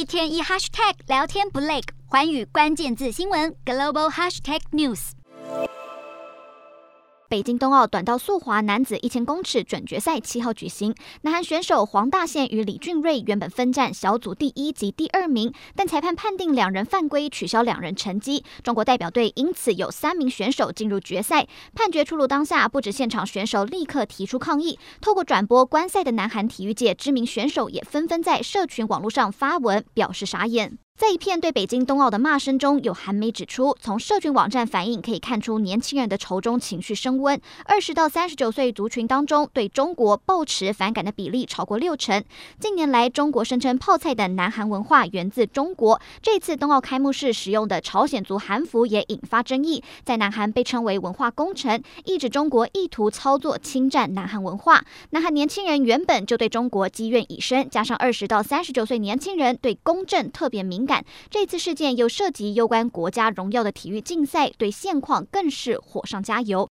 天一 hashtag 聊天不累，寰宇关键字新闻 global hashtag news。北京冬奥短道速滑男子1000公尺准决赛7号举行，南韩选手黄大宪与李俊瑞原本分站小组第1及第2名，但裁判判定2人犯规，取消2人成绩。中国代表队因此有3名选手进入决赛。判决出炉当下，不止现场选手立刻提出抗议，透过转播观赛的南韩体育界知名选手也纷纷在社群网络上发文表示傻眼。在一片对北京冬奥的骂声中，有韩媒指出，从社群网站反应可以看出年轻人的仇中情绪升温。20到39岁族群当中，对中国抱持反感的比例超过60%。近年来，中国声称泡菜的南韩文化源自中国。这次冬奥开幕式使用的朝鲜族韩服也引发争议，在南韩被称为文化工程，意指中国意图操作侵占南韩文化。南韩年轻人原本就对中国积怨已深，加上20到39岁年轻人对公正特别敏感。这次事件又涉及攸关国家荣耀的体育竞赛，对现况更是火上加油。